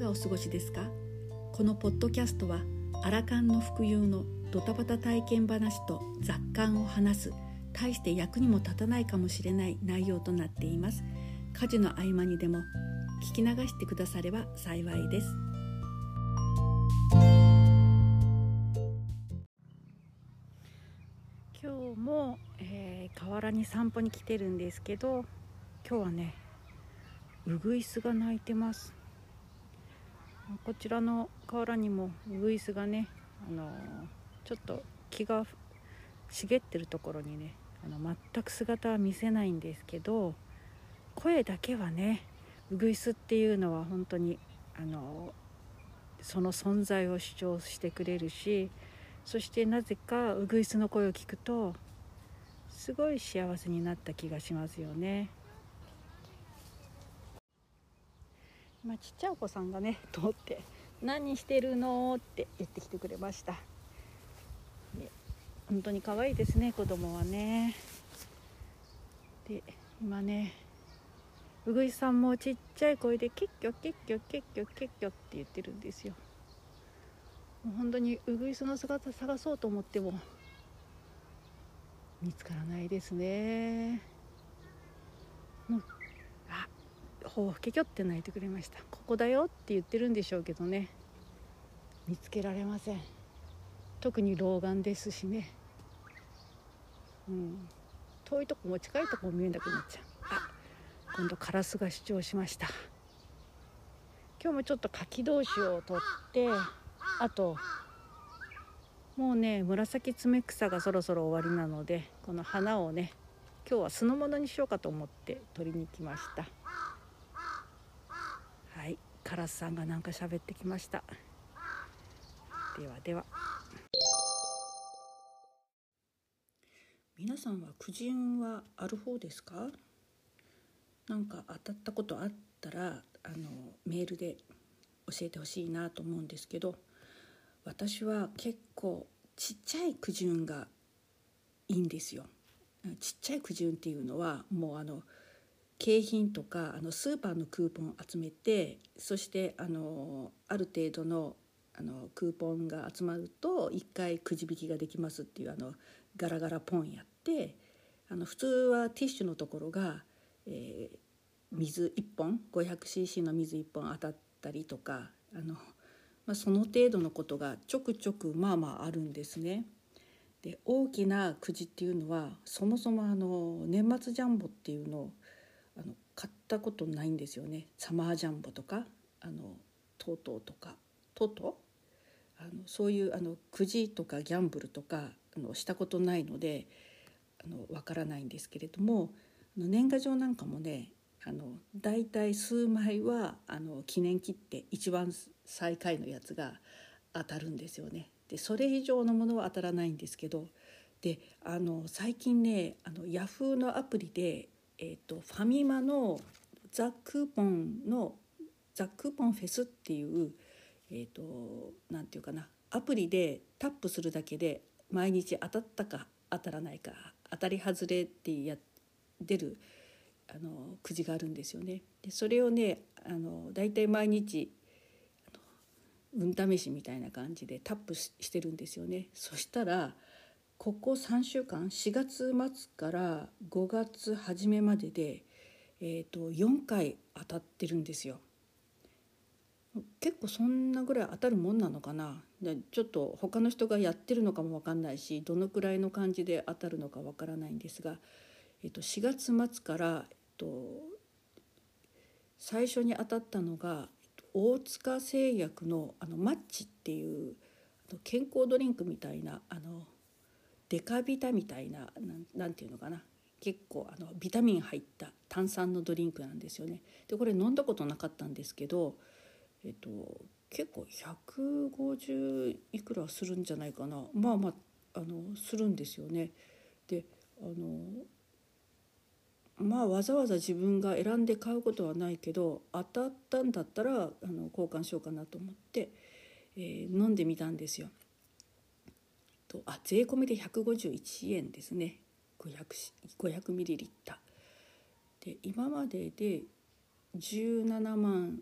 がお過ごしですか？このポッドキャストはアラカンの副業のドタバタ体験話と雑感を話す、大して役にも立たないかもしれない内容となっています。家事の合間にでも聞き流してくだされば幸いです。今日も、河原に散歩に来てるんですけど、今日はねウグイスが鳴いてます。こちらの河原にもウグイスがね、ちょっと木が茂ってるところにね、全く姿は見せないんですけど、声だけはね、ウグイスっていうのは本当にその存在を主張してくれるし、そしてなぜかウグイスの声を聞くとすごい幸せになった気がしますよね。今ちっちゃいお子さんがね通って何してるのって言ってきてくれました。本当に可愛いですね、子供はね。で今ねウグイスさんもちっちゃい声でキッキョキッキョキッキョキッキョって言ってるんですよ。もう本当にウグイスの姿探そうと思っても見つからないですね。もうほうキョキョって鳴いてくれました。ここだよって言ってるんでしょうけどね、見つけられません。特に老眼ですしね、遠いとこも近いとこも見えなくなっちゃう。今度カラスが主張しました。今日もちょっと柿同士を取って、あともうね紫爪草がそろそろ終わりなので、この花をね今日は酢の物にしようかと思って取りに来ました。はい、カラスさんがなんか喋ってきました。ではでは。皆さんはくじ運はある方ですか？なんか当たったことあったらメールで教えてほしいなと思うんですけど、私は結構ちっちゃいくじ運がいいんですよ。ちっちゃいくじ運っていうのはもう景品とかスーパーのクーポンを集めて、そしてある程度のクーポンが集まると1回くじ引きができますっていうガラガラポンやって、普通はティッシュのところが、水1本 500cc の水1本当たったりとかその程度のことがちょくちょくあるんですね。で大きなくじっていうのはそもそも年末ジャンボっていうのを買ったことないんですよね。サマージャンボとかトトとかトトそういうくじとかギャンブルとかしたことないのでわからないんですけれども、年賀状なんかもねだいたい数枚は記念切って一番最下位のやつが当たるんですよね。でそれ以上のものは当たらないんですけど、で最近ねヤフーのアプリで、ファミマのザ・クーポンフェスっていうなんていうかな、アプリでタップするだけで毎日当たったか当たらないか当たり外れって出るくじがあるんですよね。でそれをねだいたい毎日運試しみたいな感じでタップしてるんですよね。そしたらここ3週間4月末から5月初めまでで、4回当たってるんですよ。結構そんなぐらい当たるもんなのかな。ちょっと他の人がやってるのかも分かんないし、どのくらいの感じで当たるのか分からないんですが、4月末から、最初に当たったのが大塚製薬のマッチっていう健康ドリンクみたいなデカビタみたいな、なんていうのかな、結構ビタミン入った炭酸のドリンクなんですよね。でこれ飲んだことなかったんですけど、結構150いくらするんじゃないかな、するんですよね。でわざわざ自分が選んで買うことはないけど、当たったんだったら交換しようかなと思って、飲んでみたんですよ。税込みで151円ですね。500ミリリッターで今までで 17万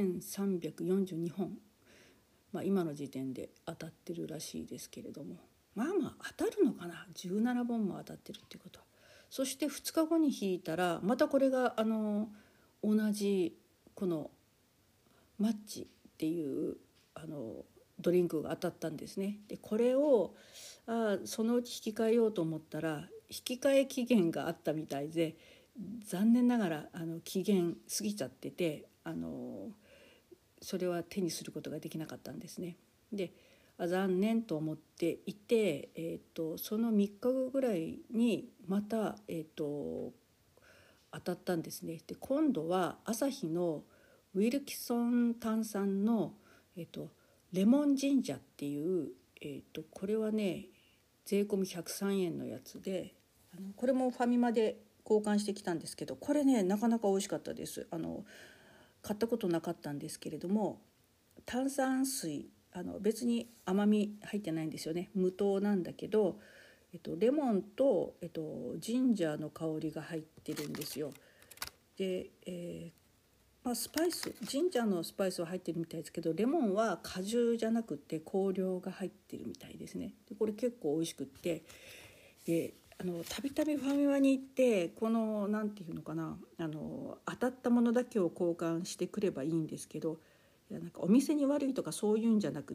1342本、今の時点で当たってるらしいですけれども、当たるのかな、17本も当たってるっていうことは。そして2日後に引いたらまたこれが同じこのマッチっていうドリンクが当たったんですね。でこれをそのうち引き換えようと思ったら引き換え期限があったみたいで、残念ながら期限過ぎちゃっててそれは手にすることができなかったんですね。で残念と思っていて、その3日後ぐらいにまた、当たったんですね。で今度はアサヒのウィルキソン炭酸の、レモンジンジャーっていう、これはね税込み103円のやつで、これもファミマで交換してきたんですけど、これねなかなか美味しかったです。買ったことなかったんですけれども、炭酸水別に甘み入ってないんですよね。無糖なんだけど、レモンと、ジンジャーの香りが入ってるんですよ。で、スパイスジンジャーのスパイスは入ってるみたいですけど、レモンは果汁じゃなくて香料が入ってるみたいですね。でこれ結構美味しくって、でたびたびファミマに行ってこのなんていうのかな当たったものだけを交換してくればいいんですけど、なんかお店に悪いとかそういうんじゃなくって、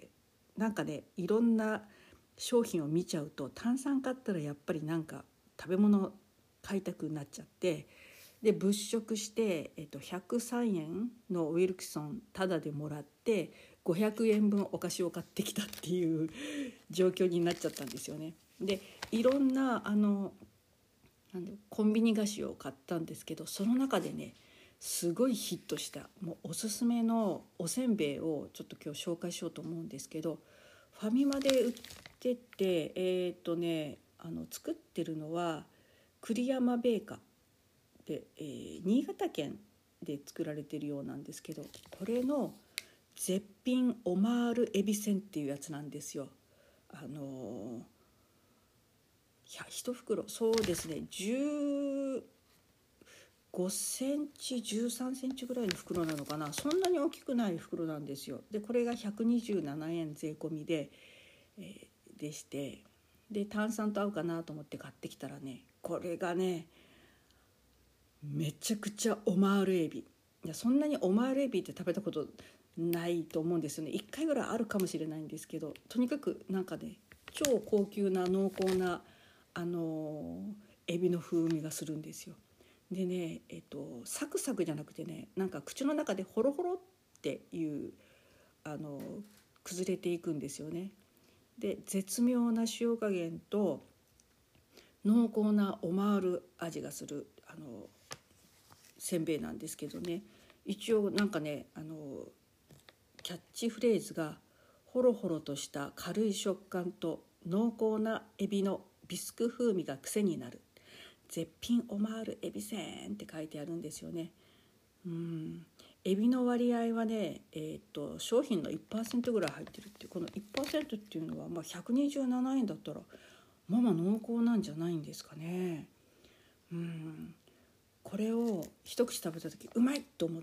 なんかねいろんな商品を見ちゃうと炭酸買ったらやっぱりなんか食べ物買いたくなっちゃって、で物色して、103円のウィルキソンタダでもらって500円分お菓子を買ってきたっていう状況になっちゃったんですよね。でいろんなコンビニ菓子を買ったんですけど、その中でねすごいヒットしたもうおすすめのおせんべいをちょっと今日紹介しようと思うんですけど、ファミマで売ってて作ってるのは栗山ベーカで、新潟県で作られてるようなんですけど、これの絶品オマールエビせんっていうやつなんですよ。1袋そうですね15センチ13センチぐらいの袋なのかな、そんなに大きくない袋なんですよ。でこれが127円税込みで、でして、で炭酸と合うかなと思って買ってきたらね、これがねめちゃくちゃオマールエビ、いやそんなにオマールエビって食べたことないと思うんですよね。1回ぐらいあるかもしれないんですけど、とにかくなんかね超高級な濃厚なエビの風味がするんですよ。でねサクサクじゃなくてね、なんか口の中でホロホロっていう崩れていくんですよね。で絶妙な塩加減と濃厚なオマール味がするせんべいなんですけどね、一応なんかねキャッチフレーズがホロホロとした軽い食感と濃厚なエビのビスク風味が癖になる絶品オマールエビせんって書いてあるんですよね。エビの割合はね、商品の 1% ぐらい入ってるっていう、この 1% っていうのは、127円だったら濃厚なんじゃないんですかね。これを一口食べた時うまいと思って、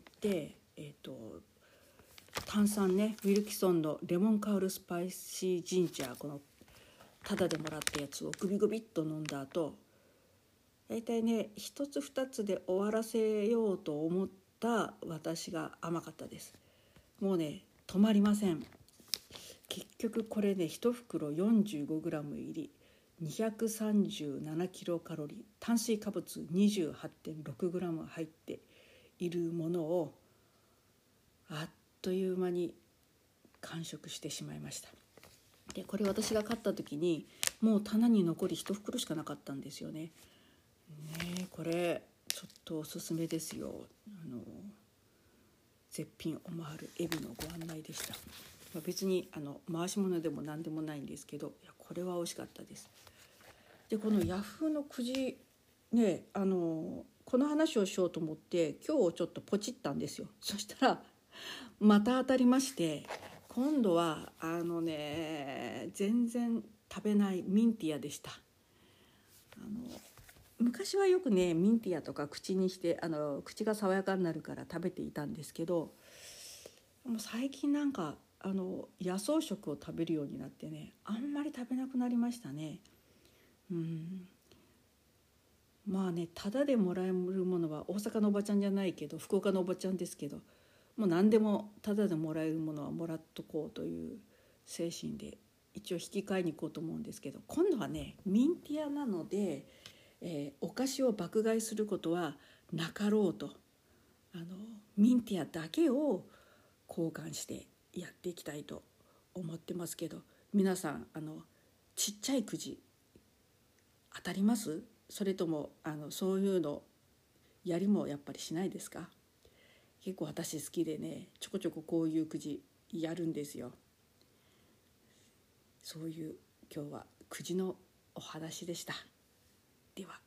炭酸ねウィルキソンのレモン香るスパイシージンジャー、このタダでもらったやつをグビグビっと飲んだ後、大体ね1つ2つで終わらせようと思った私が甘かったです。もうね止まりません。結局これね1袋 45g 入り237キロカロリー、炭水化物 28.6g 入っているものをあっという間に完食してしまいました。でこれ私が買った時にもう棚に残り1袋しかなかったんですよね。これちょっとおすすめですよ。絶品オマールエビのご案内でした。別に回し物でも何でもないんですけど、これは美味しかったです。でこのヤフーのくじね、この話をしようと思って今日ちょっとポチったんですよ。そしたらまた当たりまして、今度は全然食べないミンティアでした。 昔はよくねミンティアとか口にして口が爽やかになるから食べていたんですけど、もう最近なんか野草食を食べるようになってね、あんまり食べなくなりましたね。まあね、ただでもらえるものは大阪のおばちゃんじゃないけど福岡のおばちゃんですけど、もう何でもただでもらえるものはもらっとこうという精神で一応引き換えに行こうと思うんですけど、今度はねミンティアなので、お菓子を爆買いすることはなかろうと、ミンティアだけを交換してやっていきたいと思ってますけど、皆さんちっちゃいくじ当たります？それともそういうのやりもやっぱりしないですか？結構私好きでね、ちょこちょここういうくじやるんですよ。そういう今日はくじのお話でした。では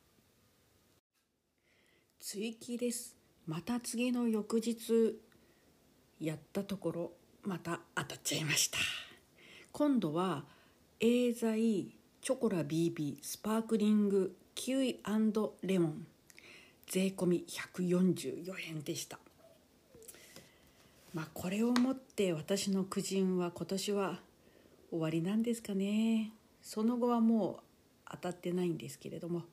追記です。また次の翌日やったところまた当たっちゃいました。今度はエーザイチョコラ BB スパークリングキウイ&レモン税込み144円でした。これをもって私の苦人は今年は終わりなんですかね。その後はもう当たってないんですけれども、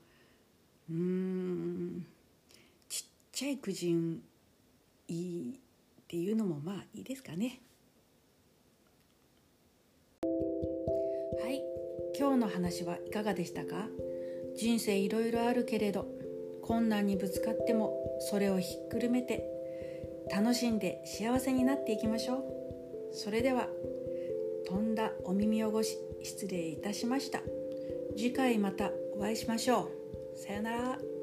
ちっちゃい苦人いいっていうのもまあいいですかね。はい、今日の話はいかがでしたか？人生いろいろあるけれど、困難にぶつかってもそれをひっくるめて楽しんで幸せになっていきましょう。それではとんだお耳汚し失礼いたしました。次回またお会いしましょう。さよなら。